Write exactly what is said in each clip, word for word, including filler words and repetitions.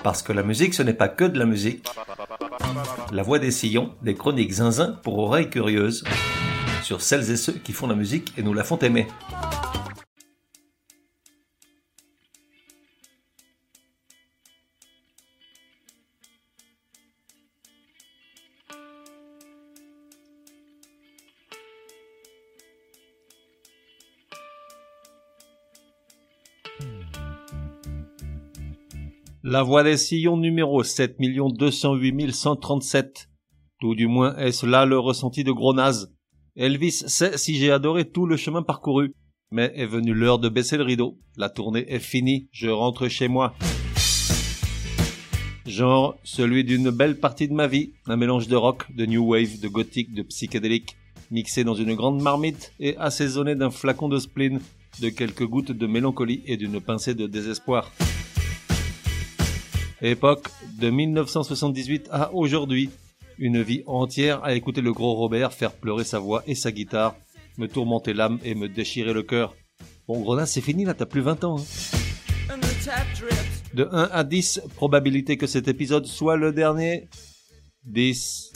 Parce que la musique, ce n'est pas que de la musique. La Voix des Sillons, des chroniques zinzin pour oreilles curieuses, sur celles et ceux qui font la musique et nous la font aimer. La Voix des Sillons numéro sept millions deux cent huit mille cent trente-sept. Tout du moins est-ce là le ressenti de gros naze. Elvis sait si j'ai adoré tout le chemin parcouru. Mais est venue l'heure de baisser le rideau. La tournée est finie, je rentre chez moi. Genre celui d'une belle partie de ma vie, un mélange de rock, de new wave, de gothique, de psychédélique, mixé dans une grande marmite et assaisonné d'un flacon de spleen, de quelques gouttes de mélancolie et d'une pincée de désespoir. Époque de mille neuf cent soixante-dix-huit à aujourd'hui, une vie entière à écouter le gros Robert faire pleurer sa voix et sa guitare, me tourmenter l'âme et me déchirer le cœur. Bon gros là, c'est fini là, t'as plus vingt ans. Hein. De un à dix, probabilité que cet épisode soit le dernier. dix.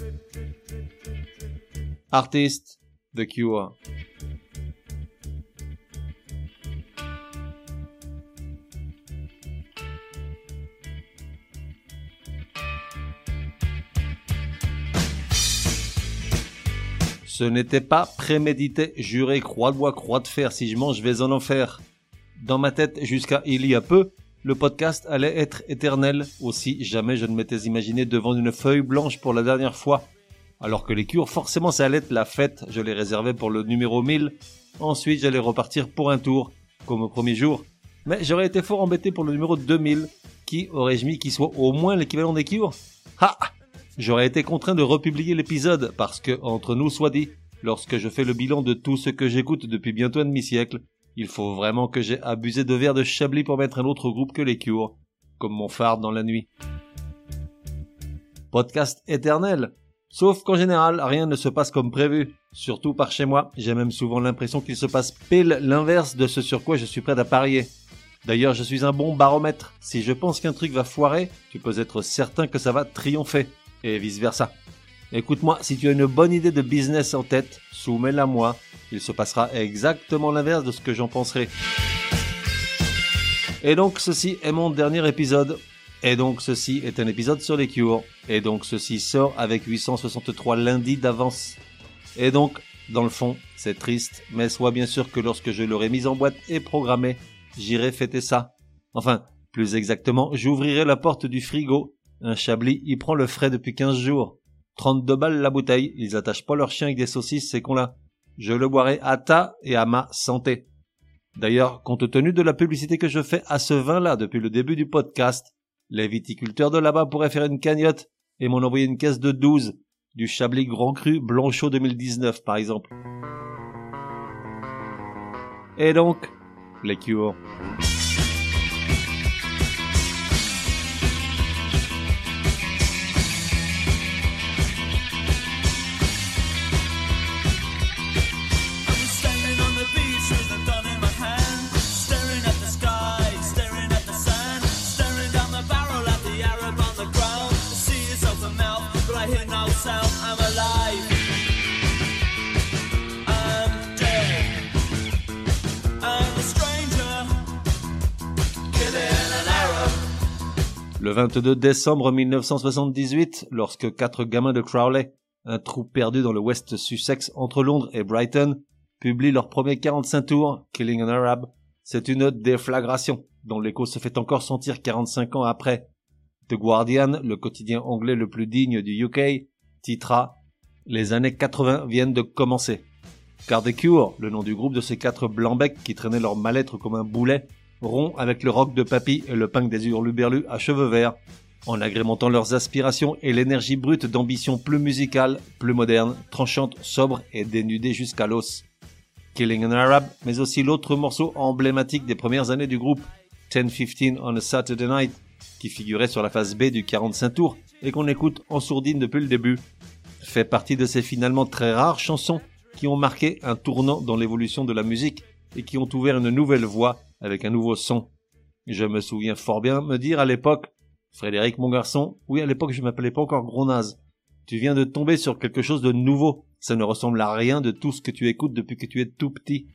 Artiste, The Cure. Ce n'était pas prémédité, juré, croix de bois, croix de fer, si je mange, je vais en enfer. Dans ma tête, jusqu'à il y a peu, le podcast allait être éternel, aussi jamais je ne m'étais imaginé devant une feuille blanche pour la dernière fois. Alors que les cures, forcément ça allait être la fête, je les réservais pour le numéro mille, ensuite j'allais repartir pour un tour, comme au premier jour. Mais j'aurais été fort embêté pour le numéro deux mille, qui aurais-je mis qui soit au moins l'équivalent des cures? Ha! J'aurais été contraint de republier l'épisode parce que, entre nous soit dit, lorsque je fais le bilan de tout ce que j'écoute depuis bientôt un demi-siècle, il faut vraiment que j'ai abusé de verre de Chablis pour mettre un autre groupe que les Cures, comme mon phare dans la nuit. Podcast éternel. Sauf qu'en général, rien ne se passe comme prévu. Surtout par chez moi, j'ai même souvent l'impression qu'il se passe pile l'inverse de ce sur quoi je suis prêt à parier. D'ailleurs, je suis un bon baromètre. Si je pense qu'un truc va foirer, tu peux être certain que ça va triompher. Et vice versa. Écoute-moi, si tu as une bonne idée de business en tête, soumets-la moi. Il se passera exactement l'inverse de ce que j'en penserai. Et donc ceci est mon dernier épisode. Et donc ceci est un épisode sur les Cures. Et donc ceci sort avec huit cent soixante-trois lundis d'avance. Et donc, dans le fond, c'est triste, mais sois bien sûr que lorsque je l'aurai mise en boîte et programmée, j'irai fêter ça. Enfin, plus exactement, j'ouvrirai la porte du frigo. Un Chablis y prend le frais depuis quinze jours. trente-deux balles la bouteille, ils attachent pas leur chien avec des saucisses, ces cons-là. Je le boirai à ta et à ma santé. D'ailleurs, compte tenu de la publicité que je fais à ce vin-là depuis le début du podcast, les viticulteurs de là-bas pourraient faire une cagnotte et m'en envoyer une caisse de douze, du Chablis Grand Cru Blanchot deux mille dix-neuf par exemple. Et donc, les Cures. Le vingt-deux décembre mille neuf cent soixante-dix-huit, lorsque quatre gamins de Crowley, un trou perdu dans le West Sussex entre Londres et Brighton, publient leur premier quarante-cinq tours, Killing an Arab, c'est une déflagration, dont l'écho se fait encore sentir quarante-cinq ans après. The Guardian, le quotidien anglais le plus digne du U K, titra « Les années quatre-vingts viennent de commencer ». Car The Cure, le nom du groupe de ces quatre blancs-becs qui traînaient leur mal-être comme un boulet, rompt avec le rock de papy et le punk des hurluberlus à cheveux verts, en agrémentant leurs aspirations et l'énergie brute d'ambition plus musicale, plus moderne, tranchante, sobre et dénudée jusqu'à l'os. Killing an Arab, mais aussi l'autre morceau emblématique des premières années du groupe, ten fifteen on a Saturday Night, qui figurait sur la face B du quarante-cinq tours et qu'on écoute en sourdine depuis le début, fait partie de ces finalement très rares chansons qui ont marqué un tournant dans l'évolution de la musique et qui ont ouvert une nouvelle voie avec un nouveau son. Je me souviens fort bien me dire à l'époque, Frédéric, mon garçon, oui, à l'époque je m'appelais pas encore Gros Naze. Tu viens de tomber sur quelque chose de nouveau. Ça ne ressemble à rien de tout ce que tu écoutes depuis que tu es tout petit.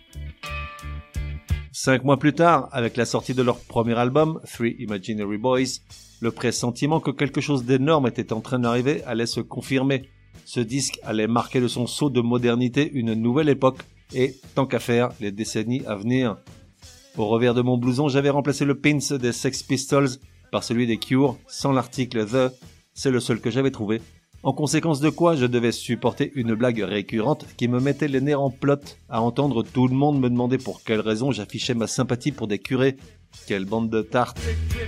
Cinq mois plus tard, avec la sortie de leur premier album, Three Imaginary Boys, le pressentiment que quelque chose d'énorme était en train d'arriver allait se confirmer. Ce disque allait marquer de son sceau de modernité une nouvelle époque et, tant qu'à faire, les décennies à venir. Au revers de mon blouson, j'avais remplacé le pins des Sex Pistols par celui des Cure, sans l'article The. C'est le seul que j'avais trouvé. En conséquence de quoi, je devais supporter une blague récurrente qui me mettait les nerfs en plot à entendre tout le monde me demander pour quelle raison j'affichais ma sympathie pour des curés. Quelle bande de tartes.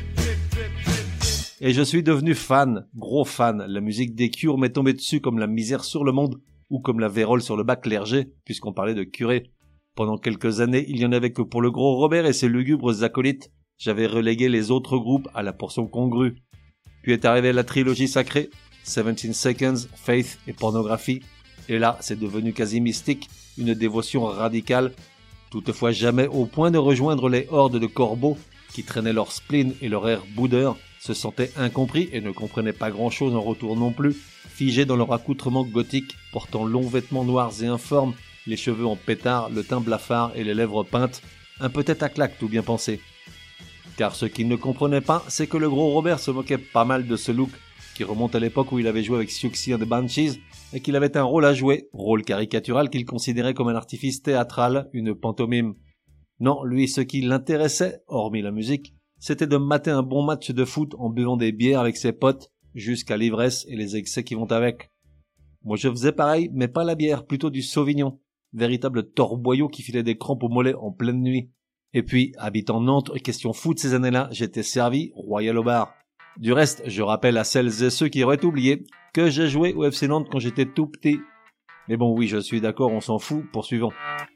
Et je suis devenu fan, gros fan. La musique des Cure m'est tombée dessus comme la misère sur le monde, ou comme la vérole sur le bas clergé, puisqu'on parlait de curés. Pendant quelques années, il y en avait que pour le gros Robert et ses lugubres acolytes. J'avais relégué les autres groupes à la portion congrue. Puis est arrivée la trilogie sacrée, seventeen Seconds, Faith et Pornographie. Et là, c'est devenu quasi mystique, une dévotion radicale. Toutefois jamais au point de rejoindre les hordes de corbeaux qui traînaient leur spleen et leur air boudeur, se sentaient incompris et ne comprenaient pas grand-chose en retour non plus, figés dans leur accoutrement gothique, portant longs vêtements noirs et informes, les cheveux en pétard, le teint blafard et les lèvres peintes, un peu tête à claque tout bien pensé. Car ce qu'ils ne comprenaient pas, c'est que le gros Robert se moquait pas mal de ce look, qui remonte à l'époque où il avait joué avec Siouxsie and the Banshees, et qu'il avait un rôle à jouer, rôle caricatural qu'il considérait comme un artifice théâtral, une pantomime. Non, lui, ce qui l'intéressait, hormis la musique, c'était de mater un bon match de foot en buvant des bières avec ses potes, jusqu'à l'ivresse et les excès qui vont avec. Moi je faisais pareil, mais pas la bière, plutôt du Sauvignon, véritable torboyau qui filait des crampes au mollet en pleine nuit. Et puis, habitant Nantes, question foot ces années-là, j'étais servi royal au bar. Du reste, je rappelle à celles et ceux qui auraient oublié que j'ai joué au F C Nantes quand j'étais tout petit. Mais bon, oui, je suis d'accord, on s'en fout, poursuivons.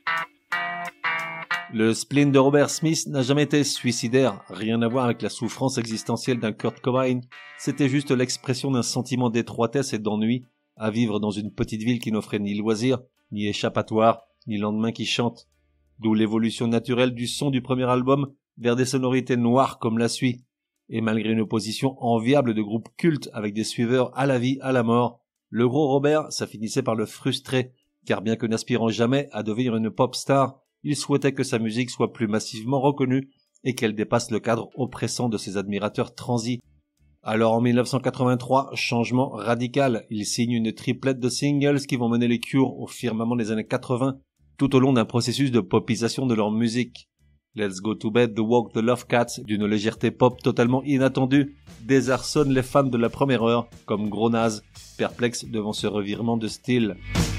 Le spleen de Robert Smith n'a jamais été suicidaire, rien à voir avec la souffrance existentielle d'un Kurt Cobain. C'était juste l'expression d'un sentiment d'étroitesse et d'ennui à vivre dans une petite ville qui n'offrait ni loisirs, ni échappatoire, ni lendemain qui chante. D'où l'évolution naturelle du son du premier album vers des sonorités noires comme la suie. Et malgré une opposition enviable de groupes cultes avec des suiveurs à la vie, à la mort, le gros Robert, ça finissait par le frustrer, car bien que n'aspirant jamais à devenir une pop star, il souhaitait que sa musique soit plus massivement reconnue et qu'elle dépasse le cadre oppressant de ses admirateurs transis. Alors en mille neuf cent quatre-vingt-trois, changement radical, il signe une triplette de singles qui vont mener les Cure au firmament des années quatre-vingts, tout au long d'un processus de popisation de leur musique. Let's Go to Bed, The Walk, The Love Cats, d'une légèreté pop totalement inattendue, désarçonne les fans de la première heure, comme Gros Naze, perplexes devant ce revirement de style.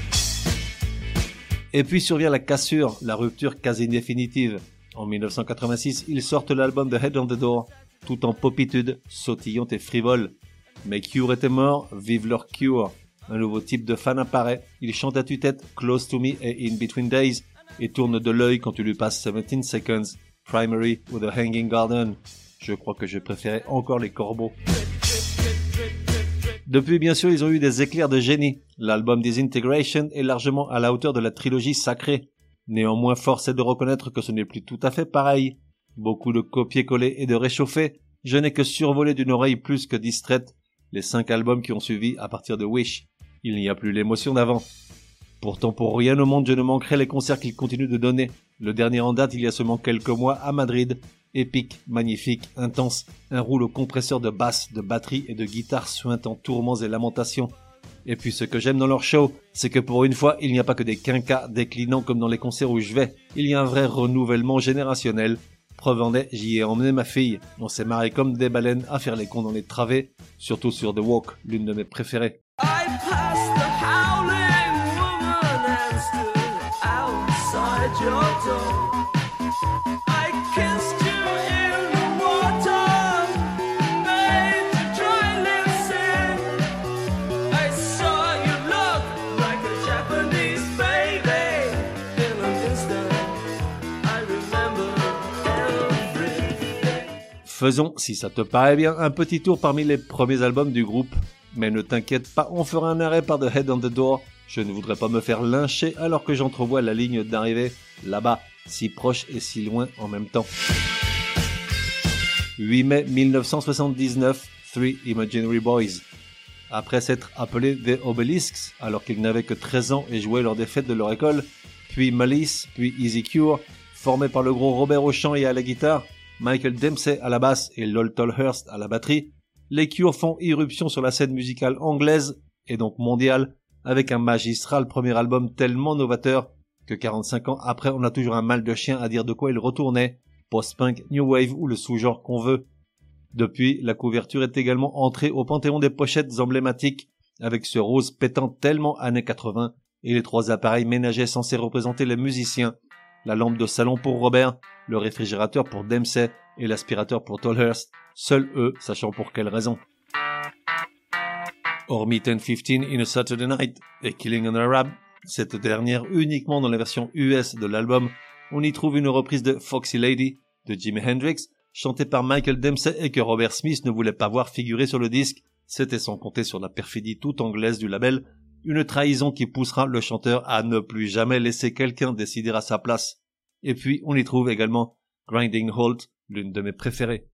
Et puis survient la cassure, la rupture quasi définitive. En mille neuf cent quatre-vingt-six, ils sortent l'album The Head on the Door, tout en popitude, sautillante et frivole. Mais Cure était mort, vive leur Cure. Un nouveau type de fan apparaît, il chante à tue-tête Close to Me et In Between Days, et tourne de l'œil quand tu lui passes seventeen Seconds, Primary ou The Hanging Garden. Je crois que je préférais encore les corbeaux. Depuis, bien sûr, ils ont eu des éclairs de génie. L'album Disintegration est largement à la hauteur de la trilogie sacrée. Néanmoins, force est de reconnaître que ce n'est plus tout à fait pareil. Beaucoup de copier-coller et de réchauffer. Je n'ai que survolé d'une oreille plus que distraite les cinq albums qui ont suivi à partir de Wish. Il n'y a plus l'émotion d'avant. Pourtant, pour rien au monde, je ne manquerai les concerts qu'ils continuent de donner. Le dernier en date, il y a seulement quelques mois, à Madrid. Épique, magnifique, intense, un rouleau compresseur de basse, de batterie et de guitare suintant tourments et lamentations. Et puis ce que j'aime dans leur show, c'est que pour une fois, il n'y a pas que des quinquas déclinants comme dans les concerts où je vais. Il y a un vrai renouvellement générationnel. Preuve en est, j'y ai emmené ma fille. On s'est marré comme des baleines à faire les cons dans les travées, surtout sur The Walk, l'une de mes préférées. I passed the howling woman and stood outside your door. I kissed you in the water, made the dry lips sing. I saw you look like a Japanese baby. In an instant, I remember everything. Faisons, si ça te paraît bien, un petit tour parmi les premiers albums du groupe. Mais ne t'inquiète pas, on fera un arrêt par The Head on the Door. Je ne voudrais pas me faire lyncher alors que j'entrevois la ligne d'arrivée là-bas, si proche et si loin en même temps. huit mai mille neuf cent soixante-dix-neuf, Three Imaginary Boys. Après s'être appelés The Obelisks, alors qu'ils n'avaient que treize ans et jouaient lors des fêtes de leur école, puis Malice, puis Easy Cure, formés par le gros Robert au chant et à la guitare, Michael Dempsey à la basse et Lol Tolhurst à la batterie, les Cure font irruption sur la scène musicale anglaise, et donc mondiale, avec un magistral premier album tellement novateur que quarante-cinq ans après on a toujours un mal de chien à dire de quoi il retournait, post-punk, new wave ou le sous-genre qu'on veut. Depuis, la couverture est également entrée au panthéon des pochettes emblématiques, avec ce rose pétant tellement années quatre-vingts, et les trois appareils ménagers censés représenter les musiciens, la lampe de salon pour Robert, le réfrigérateur pour Dempsey et l'aspirateur pour Tolhurst, seuls eux sachant pour quelle raison. Hormis ten fifteen in a Saturday Night et Killing an Arab, cette dernière uniquement dans la version U S de l'album, on y trouve une reprise de Foxy Lady de Jimi Hendrix, chantée par Michael Dempsey et que Robert Smith ne voulait pas voir figurer sur le disque, c'était sans compter sur la perfidie toute anglaise du label, une trahison qui poussera le chanteur à ne plus jamais laisser quelqu'un décider à sa place. Et puis on y trouve également Grinding Halt, l'une de mes préférées.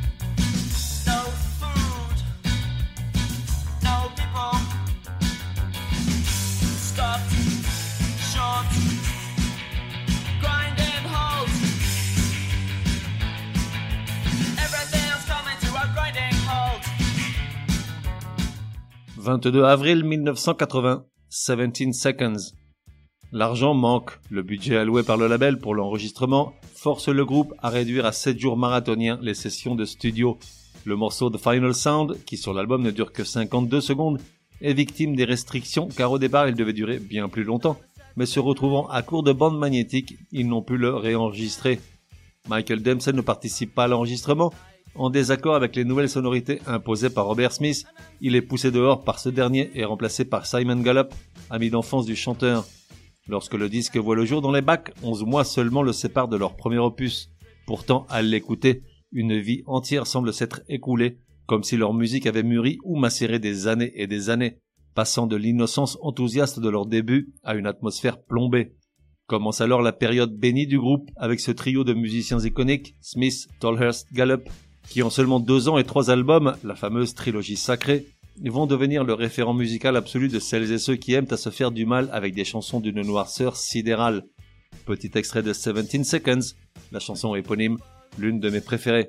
vingt-deux avril mille neuf cent quatre-vingts, seventeen seconds. L'argent manque, le budget alloué par le label pour l'enregistrement force le groupe à réduire à sept jours marathoniens les sessions de studio. Le morceau The Final Sound, qui sur l'album ne dure que cinquante-deux secondes, est victime des restrictions car au départ il devait durer bien plus longtemps, mais se retrouvant à court de bande magnétique, ils n'ont pu le réenregistrer. Michael Dempsey ne participe pas à l'enregistrement. En désaccord avec les nouvelles sonorités imposées par Robert Smith, il est poussé dehors par ce dernier et remplacé par Simon Gallup, ami d'enfance du chanteur. Lorsque le disque voit le jour dans les bacs, onze mois seulement le séparent de leur premier opus. Pourtant, à l'écouter, une vie entière semble s'être écoulée, comme si leur musique avait mûri ou macéré des années et des années, passant de l'innocence enthousiaste de leur début à une atmosphère plombée. Commence alors la période bénie du groupe avec ce trio de musiciens iconiques, Smith, Tolhurst, Gallup, qui en seulement deux ans et trois albums, la fameuse trilogie sacrée, vont devenir le référent musical absolu de celles et ceux qui aiment à se faire du mal avec des chansons d'une noirceur sidérale. Petit extrait de seventeen seconds, la chanson éponyme, l'une de mes préférées.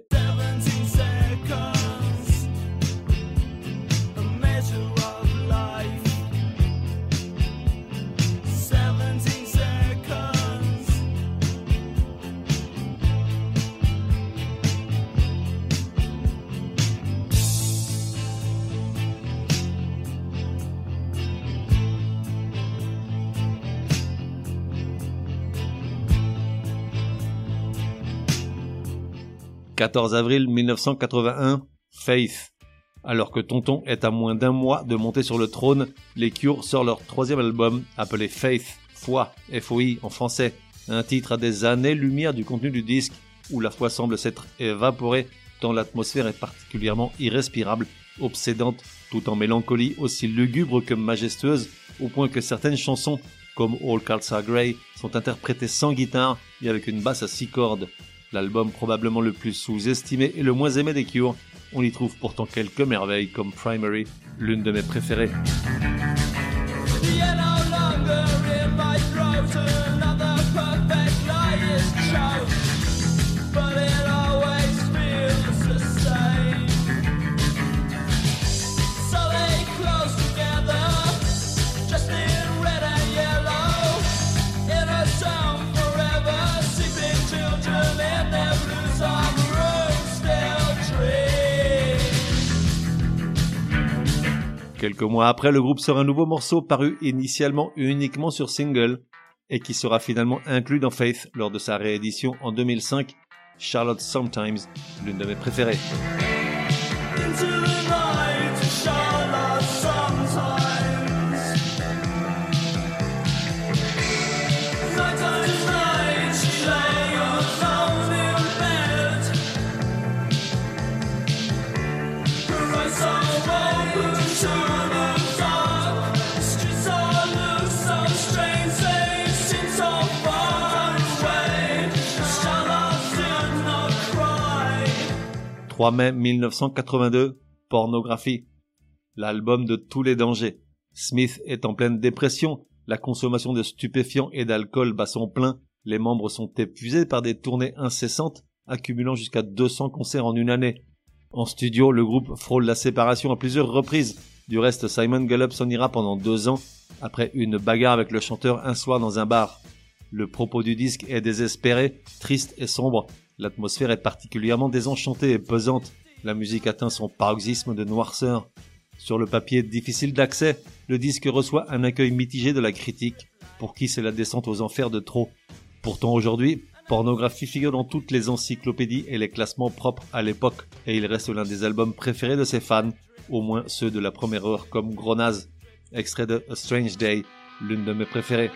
quatorze avril mille neuf cent quatre-vingt-un, Faith. Alors que Tonton est à moins d'un mois de monter sur le trône, les Cure sortent leur troisième album appelé Faith, Foi, F O I en français, un titre à des années-lumière du contenu du disque où la foi semble s'être évaporée tant l'atmosphère est particulièrement irrespirable, obsédante, tout en mélancolie aussi lugubre que majestueuse, au point que certaines chansons, comme All Cards Are Grey, sont interprétées sans guitare et avec une basse à six cordes. L'album probablement le plus sous-estimé et le moins aimé des Cure, on y trouve pourtant quelques merveilles comme Primary, l'une de mes préférées. Quelques mois après, le groupe sort un nouveau morceau paru initialement uniquement sur single et qui sera finalement inclus dans Faith lors de sa réédition en deux mille cinq, Charlotte Sometimes, l'une de mes préférées. trois mai mille neuf cent quatre-vingt-deux, Pornographie. L'album de tous les dangers. Smith est en pleine dépression, la consommation de stupéfiants et d'alcool bat son plein, les membres sont épuisés par des tournées incessantes, accumulant jusqu'à deux cents concerts en une année. En studio, le groupe frôle la séparation à plusieurs reprises. Du reste, Simon Gallup s'en ira pendant deux ans, après une bagarre avec le chanteur un soir dans un bar. Le propos du disque est désespéré, triste et sombre. L'atmosphère est particulièrement désenchantée et pesante. La musique atteint son paroxysme de noirceur. Sur le papier difficile d'accès, le disque reçoit un accueil mitigé de la critique, pour qui c'est la descente aux enfers de trop. Pourtant aujourd'hui, Pornographie figure dans toutes les encyclopédies et les classements propres à l'époque, et il reste l'un des albums préférés de ses fans, au moins ceux de la première heure comme Gronaz. Extrait de A Strange Day, l'une de mes préférées.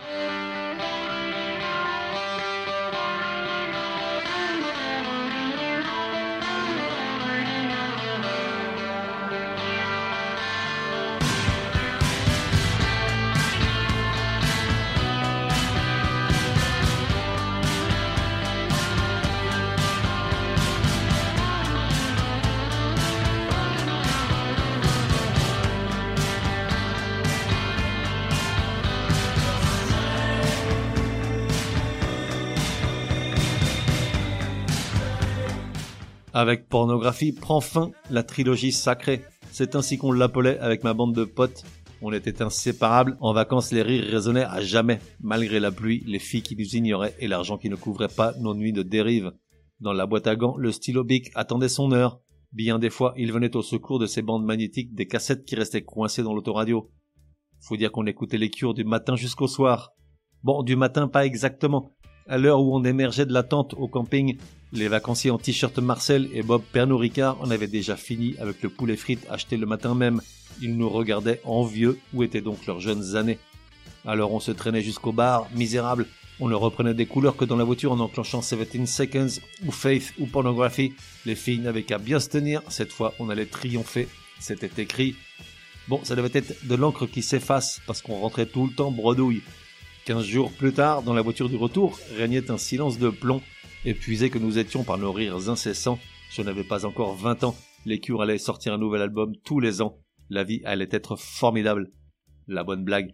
Avec Pornographie prend fin la trilogie sacrée. C'est ainsi qu'on l'appelait avec ma bande de potes. On était inséparables. En vacances, les rires résonnaient à jamais. Malgré la pluie, les filles qui nous ignoraient et l'argent qui ne couvrait pas nos nuits de dérive. Dans la boîte à gants, le stylo Bic attendait son heure. Bien des fois, il venait au secours de ces bandes magnétiques, des cassettes qui restaient coincées dans l'autoradio. Faut dire qu'on écoutait les Cures du matin jusqu'au soir. Bon, du matin pas exactement. À l'heure où on émergeait de la tente au camping, les vacanciers en t-shirt Marcel et Bob Pernod Ricard en avaient déjà fini avec le poulet frites acheté le matin même. Ils nous regardaient envieux, où étaient donc leurs jeunes années. Alors on se traînait jusqu'au bar, misérable. On ne reprenait des couleurs que dans la voiture en enclenchant seventeen seconds, ou Faith, ou Pornography. Les filles n'avaient qu'à bien se tenir, cette fois on allait triompher. C'était écrit. Bon, ça devait être de l'encre qui s'efface, parce qu'on rentrait tout le temps bredouille. Quinze jours plus tard, dans la voiture du retour, régnait un silence de plomb. Épuisés que nous étions par nos rires incessants, je n'avais pas encore vingt ans, les Cures allaient sortir un nouvel album tous les ans. La vie allait être formidable. La bonne blague.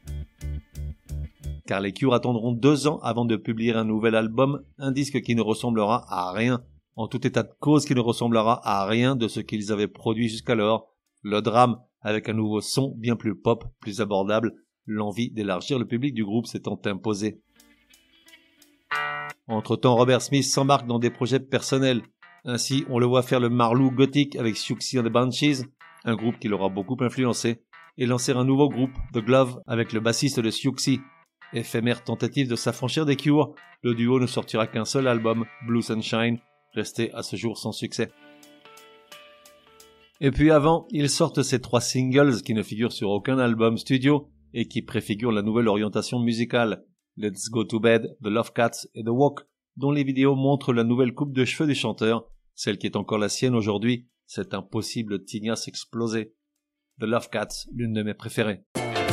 Car les Cures attendront deux ans avant de publier un nouvel album, un disque qui ne ressemblera à rien, en tout état de cause qui ne ressemblera à rien de ce qu'ils avaient produit jusqu'alors. Le drame, avec un nouveau son bien plus pop, plus abordable, l'envie d'élargir le public du groupe s'étant imposée. Entre-temps, Robert Smith s'embarque dans des projets personnels. Ainsi, on le voit faire le marlou gothique avec Siouxsie and the Banshees, un groupe qui l'aura beaucoup influencé, et lancer un nouveau groupe, The Glove, avec le bassiste de Siouxsie. Éphémère tentative de s'affranchir des Cures, le duo ne sortira qu'un seul album, Blue Sunshine, resté à ce jour sans succès. Et puis avant, ils sortent ces trois singles qui ne figurent sur aucun album studio et qui préfigurent la nouvelle orientation musicale. Let's Go to Bed, The Love Cats et The Walk, dont les vidéos montrent la nouvelle coupe de cheveux du chanteur, celle qui est encore la sienne aujourd'hui, cette impossible tignasse explosée. The Love Cats, l'une de mes préférées.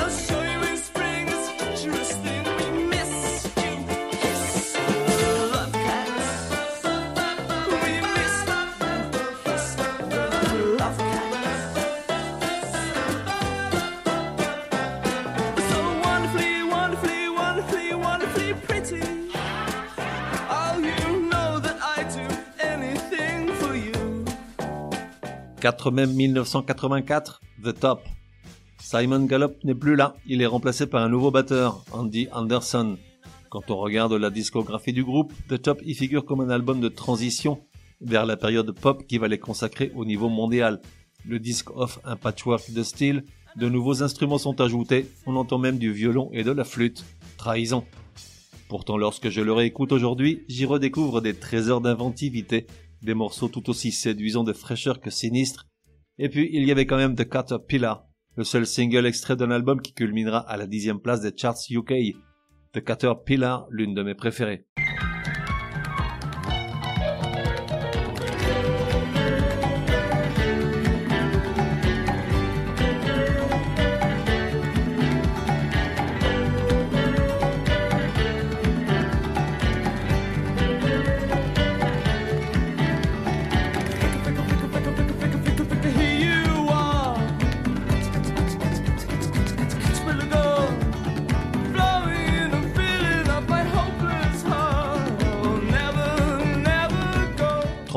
quatre mai mille neuf cent quatre-vingt-quatre, The Top. Simon Gallup n'est plus là, il est remplacé par un nouveau batteur, Andy Anderson. Quand on regarde la discographie du groupe, The Top y figure comme un album de transition vers la période pop qui va les consacrer au niveau mondial. Le disque offre un patchwork de styles, de nouveaux instruments sont ajoutés, on entend même du violon et de la flûte. Trahison. Pourtant, lorsque je le réécoute aujourd'hui, j'y redécouvre des trésors d'inventivité, des morceaux tout aussi séduisants de fraîcheur que sinistres. Et puis, il y avait quand même The Caterpillar, le seul single extrait d'un album qui culminera à la dixième place des charts U K. The Caterpillar, l'une de mes préférées.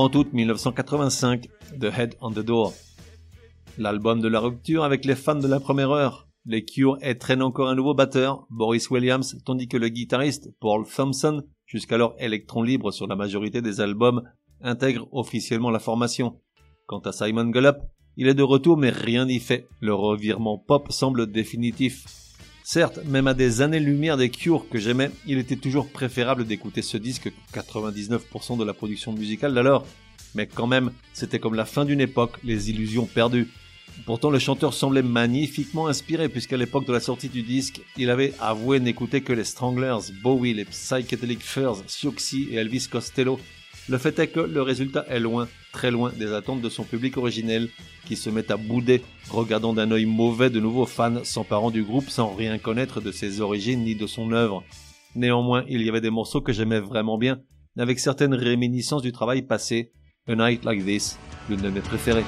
trente août mille neuf cent quatre-vingt-cinq, The Head on the Door. L'album de la rupture avec les fans de la première heure. Les Cure étraînent encore un nouveau batteur, Boris Williams, tandis que le guitariste, Paul Thompson, jusqu'alors électron libre sur la majorité des albums, intègre officiellement la formation. Quant à Simon Gallup, il est de retour mais rien n'y fait. Le revirement pop semble définitif. Certes, même à des années-lumière des Cure que j'aimais, il était toujours préférable d'écouter ce disque que quatre-vingt-dix-neuf pour cent de la production musicale d'alors. Mais quand même, c'était comme la fin d'une époque, les illusions perdues. Pourtant, le chanteur semblait magnifiquement inspiré puisqu'à l'époque de la sortie du disque, il avait avoué n'écouter que les Stranglers, Bowie, les Psychedelic Furs, Siouxsie et Elvis Costello. Le fait est que le résultat est loin, très loin des attentes de son public originel, qui se met à bouder, regardant d'un œil mauvais de nouveaux fans s'emparant du groupe sans rien connaître de ses origines ni de son œuvre. Néanmoins, il y avait des morceaux que j'aimais vraiment bien, avec certaines réminiscences du travail passé. A Night Like This, l'une de mes préférées.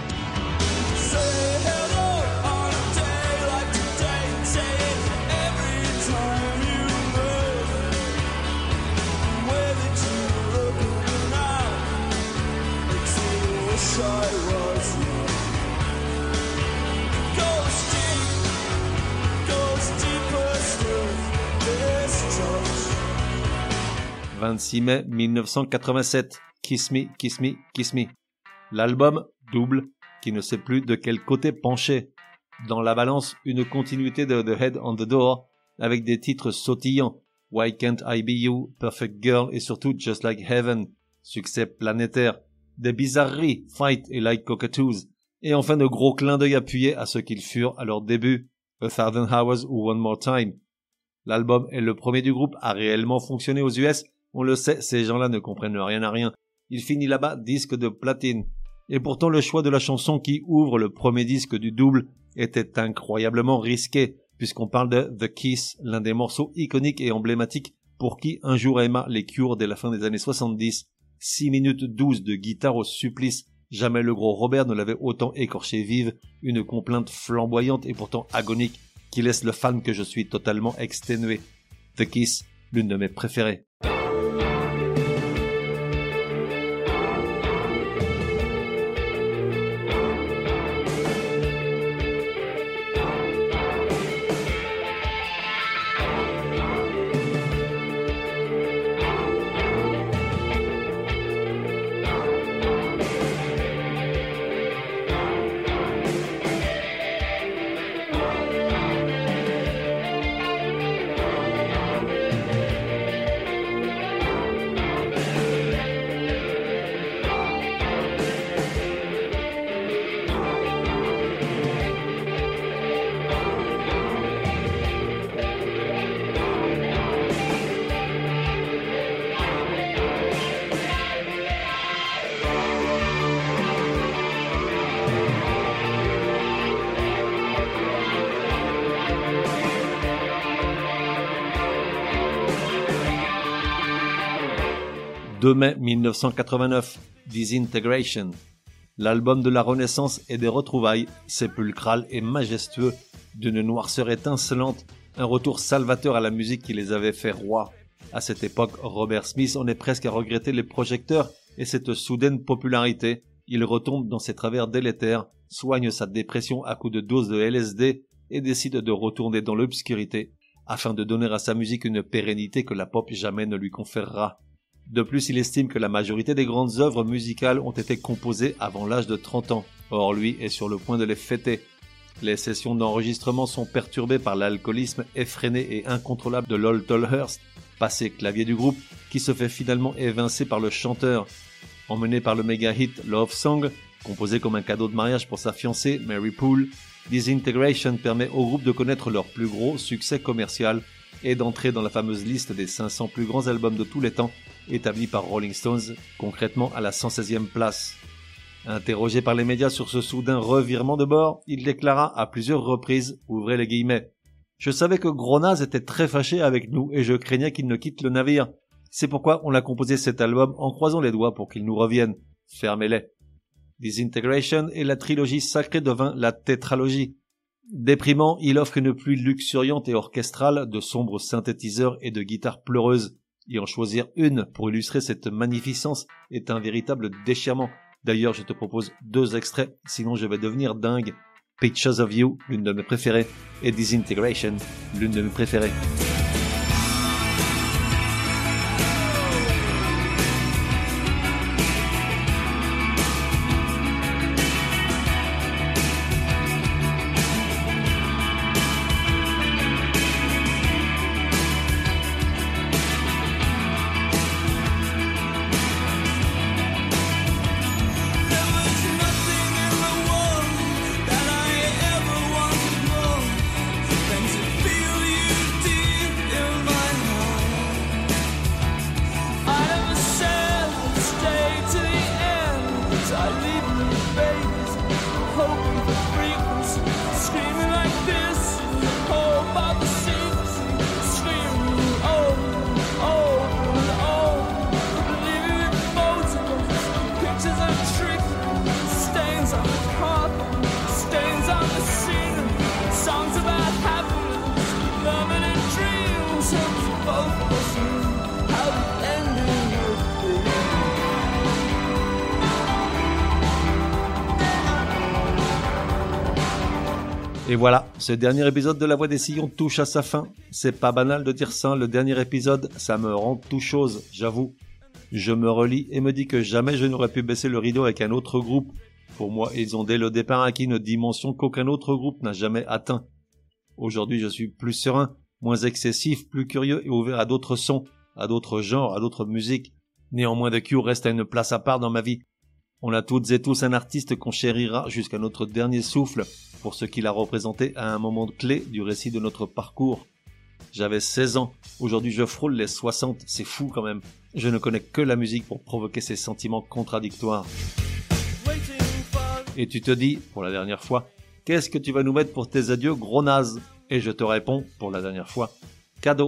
vingt-six mai mille neuf cent quatre-vingt-sept, Kiss Me, Kiss Me, Kiss Me. L'album double, qui ne sait plus de quel côté pencher. Dans la balance, une continuité de The Head on the Door, avec des titres sautillants, Why Can't I Be You, Perfect Girl et surtout Just Like Heaven, succès planétaire. Des bizarreries, Fight et Like Cockatoos, et enfin de gros clins d'œil appuyés à ce qu'ils furent à leur début, A Thousand Hours ou One More Time. L'album est le premier du groupe à réellement fonctionner aux U S. On le sait, ces gens-là ne comprennent rien à rien. Il finit là-bas disque de platine. Et pourtant le choix de la chanson qui ouvre le premier disque du double était incroyablement risqué, puisqu'on parle de The Kiss, l'un des morceaux iconiques et emblématiques pour qui un jour aima les Cure dès la fin des années soixante-dix. six minutes douze de guitare au supplice. Jamais le gros Robert ne l'avait autant écorché vive, une complainte flamboyante et pourtant agonique qui laisse le fan que je suis totalement exténué. The Kiss, l'une de mes préférées. deux mai mille neuf cent quatre-vingt-neuf, Disintegration. L'album de la renaissance et des retrouvailles, sépulcral et majestueux, d'une noirceur étincelante, un retour salvateur à la musique qui les avait fait rois. À cette époque, Robert Smith en est presque à regretter les projecteurs et cette soudaine popularité. Il retombe dans ses travers délétères, soigne sa dépression à coups de doses de L S D et décide de retourner dans l'obscurité afin de donner à sa musique une pérennité que la pop jamais ne lui conférera. De plus, il estime que la majorité des grandes œuvres musicales ont été composées avant l'âge de trente ans. Or, lui est sur le point de les fêter. Les sessions d'enregistrement sont perturbées par l'alcoolisme effréné et incontrôlable de Lol Tolhurst, passé clavier du groupe, qui se fait finalement évincer par le chanteur. Emmené par le méga hit Love Song, composé comme un cadeau de mariage pour sa fiancée Mary Poole, Disintegration permet au groupe de connaître leur plus gros succès commercial et d'entrer dans la fameuse liste des cinq cents plus grands albums de tous les temps, établie par Rolling Stones, concrètement à la cent seizième place. Interrogé par les médias sur ce soudain revirement de bord, il déclara à plusieurs reprises, ouvrez les guillemets, « Je savais que Gronaz était très fâché avec nous et je craignais qu'il ne quitte le navire. C'est pourquoi on a composé cet album en croisant les doigts pour qu'il nous revienne. Fermez-les. » Disintegration et la trilogie sacrée devint la tétralogie. Déprimant, il offre une pluie luxuriante et orchestrale de sombres synthétiseurs et de guitares pleureuses. Et en choisir une pour illustrer cette magnificence est un véritable déchirement. D'ailleurs, je te propose deux extraits, sinon je vais devenir dingue. Pictures of You, l'une de mes préférées, et Disintegration, l'une de mes préférées. Et voilà, ce dernier épisode de La Voix des Sillons touche à sa fin. C'est pas banal de dire ça, le dernier épisode, ça me rend tout chose, j'avoue. Je me relis et me dis que jamais je n'aurais pu baisser le rideau avec un autre groupe. Pour moi, ils ont dès le départ acquis une dimension qu'aucun autre groupe n'a jamais atteint. Aujourd'hui, je suis plus serein, moins excessif, plus curieux et ouvert à d'autres sons, à d'autres genres, à d'autres musiques. Néanmoins, The Cure reste à une place à part dans ma vie. On a toutes et tous un artiste qu'on chérira jusqu'à notre dernier souffle pour ce qu'il a représenté à un moment clé du récit de notre parcours. J'avais seize ans, aujourd'hui je frôle les soixante, c'est fou quand même. Je ne connais que la musique pour provoquer ces sentiments contradictoires. Et tu te dis, pour la dernière fois, qu'est-ce que tu vas nous mettre pour tes adieux, gros naze ? Et je te réponds, pour la dernière fois, cadeau.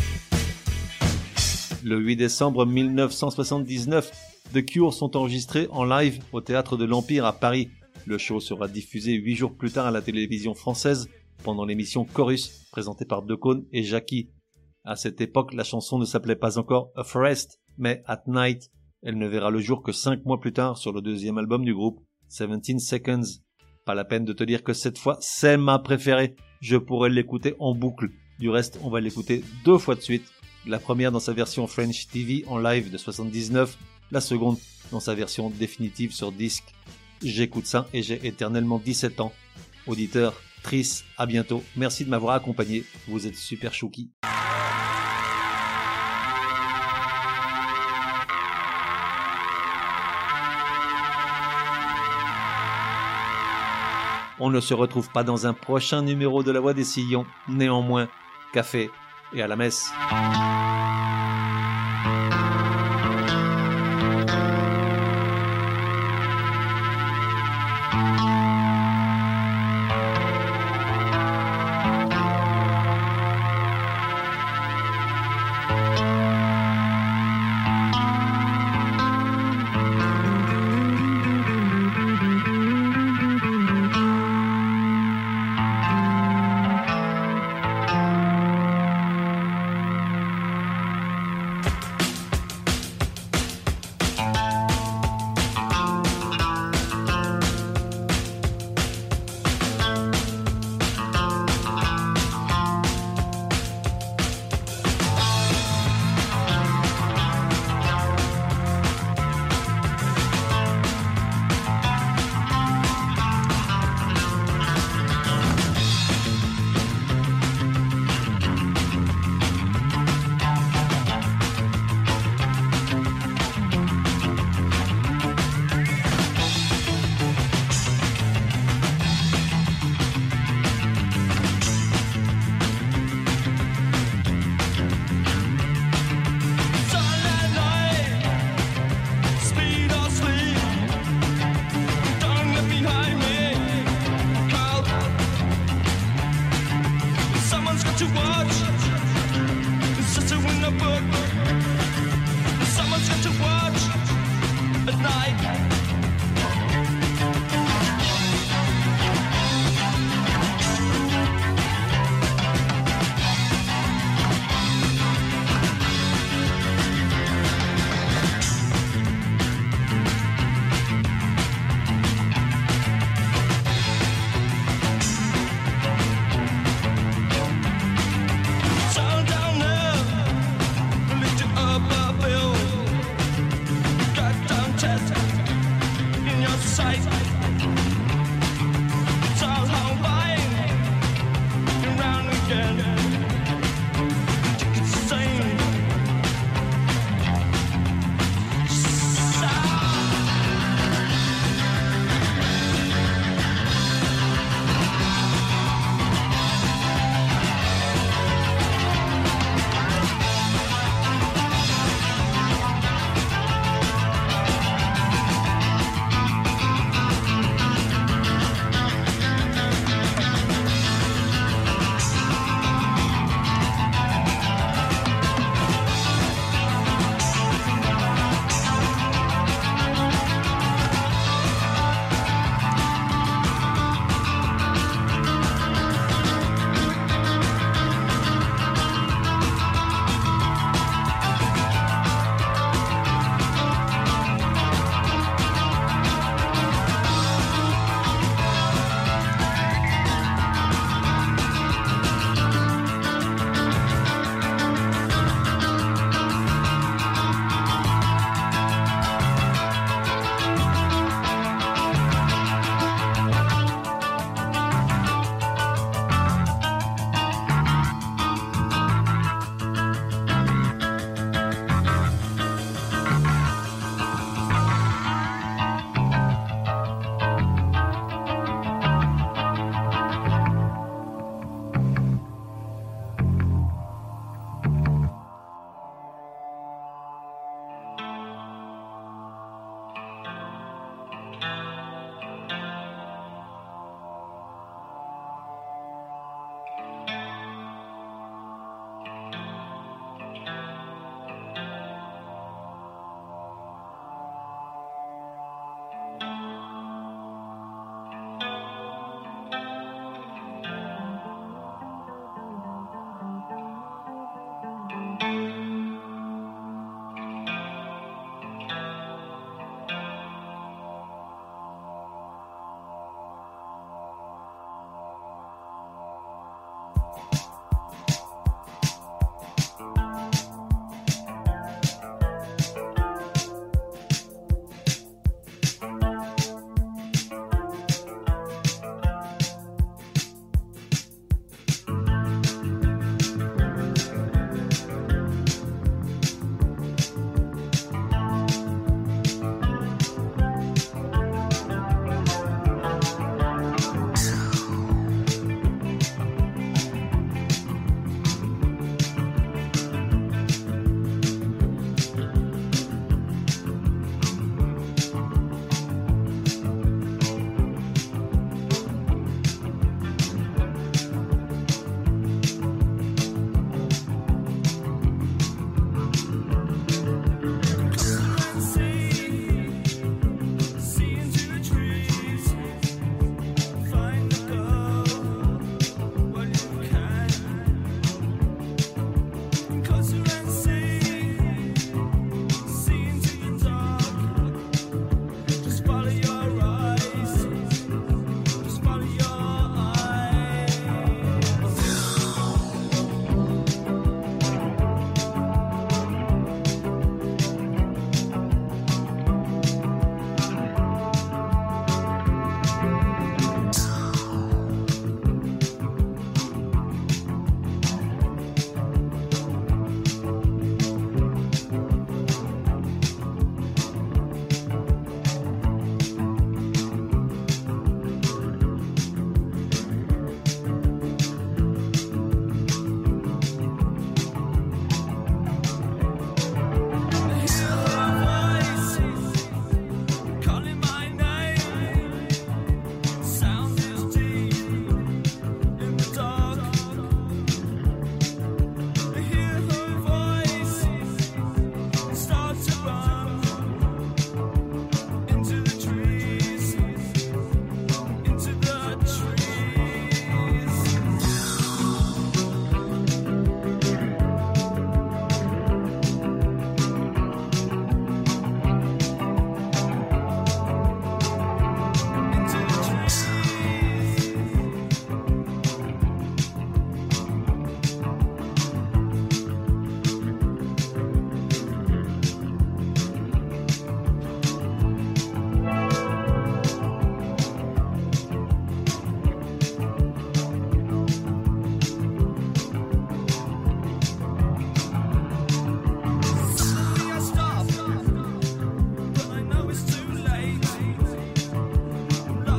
Le huit décembre mille neuf cent soixante-dix-neuf, The Cure sont enregistrés en live au Théâtre de l'Empire à Paris. Le show sera diffusé huit jours plus tard à la télévision française pendant l'émission Chorus, présentée par Decaune et Jackie. À cette époque, la chanson ne s'appelait pas encore A Forest, mais At Night. Elle ne verra le jour que cinq mois plus tard sur le deuxième album du groupe, seventeen seconds. Pas la peine de te dire que cette fois, c'est ma préférée. Je pourrais l'écouter en boucle. Du reste, on va l'écouter deux fois de suite. La première dans sa version French T V en live de soixante-dix-neuf, la seconde dans sa version définitive sur disque. J'écoute ça et j'ai éternellement dix-sept ans. Auditeur, Tris, à bientôt. Merci de m'avoir accompagné. Vous êtes super chouki. On ne se retrouve pas dans un prochain numéro de La Voix des Sillons. Néanmoins, café et à la messe.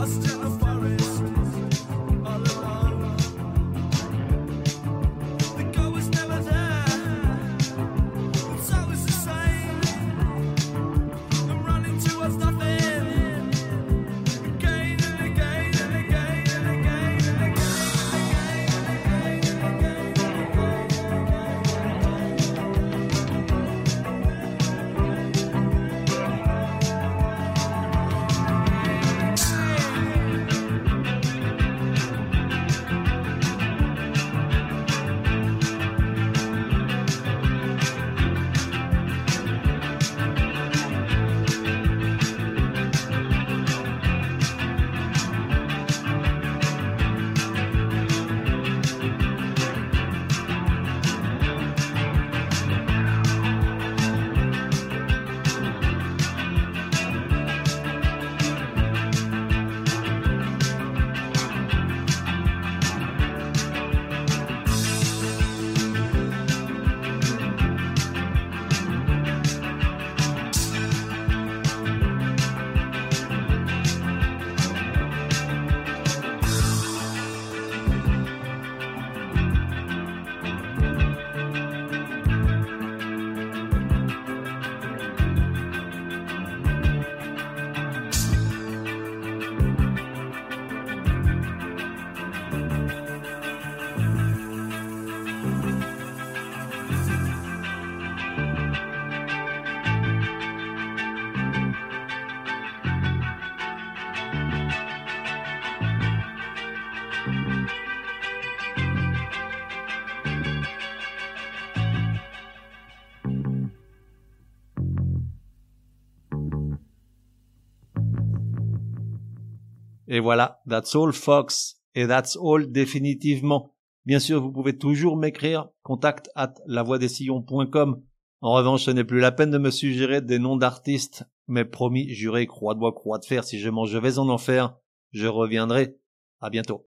Et voilà, that's all folks, et that's all définitivement. Bien sûr, vous pouvez toujours m'écrire, contact at lavoixdessillons point com. En revanche, ce n'est plus la peine de me suggérer des noms d'artistes, mais promis, juré, croix de bois, croix de fer, si je mange, je vais en enfer. Je reviendrai. À bientôt.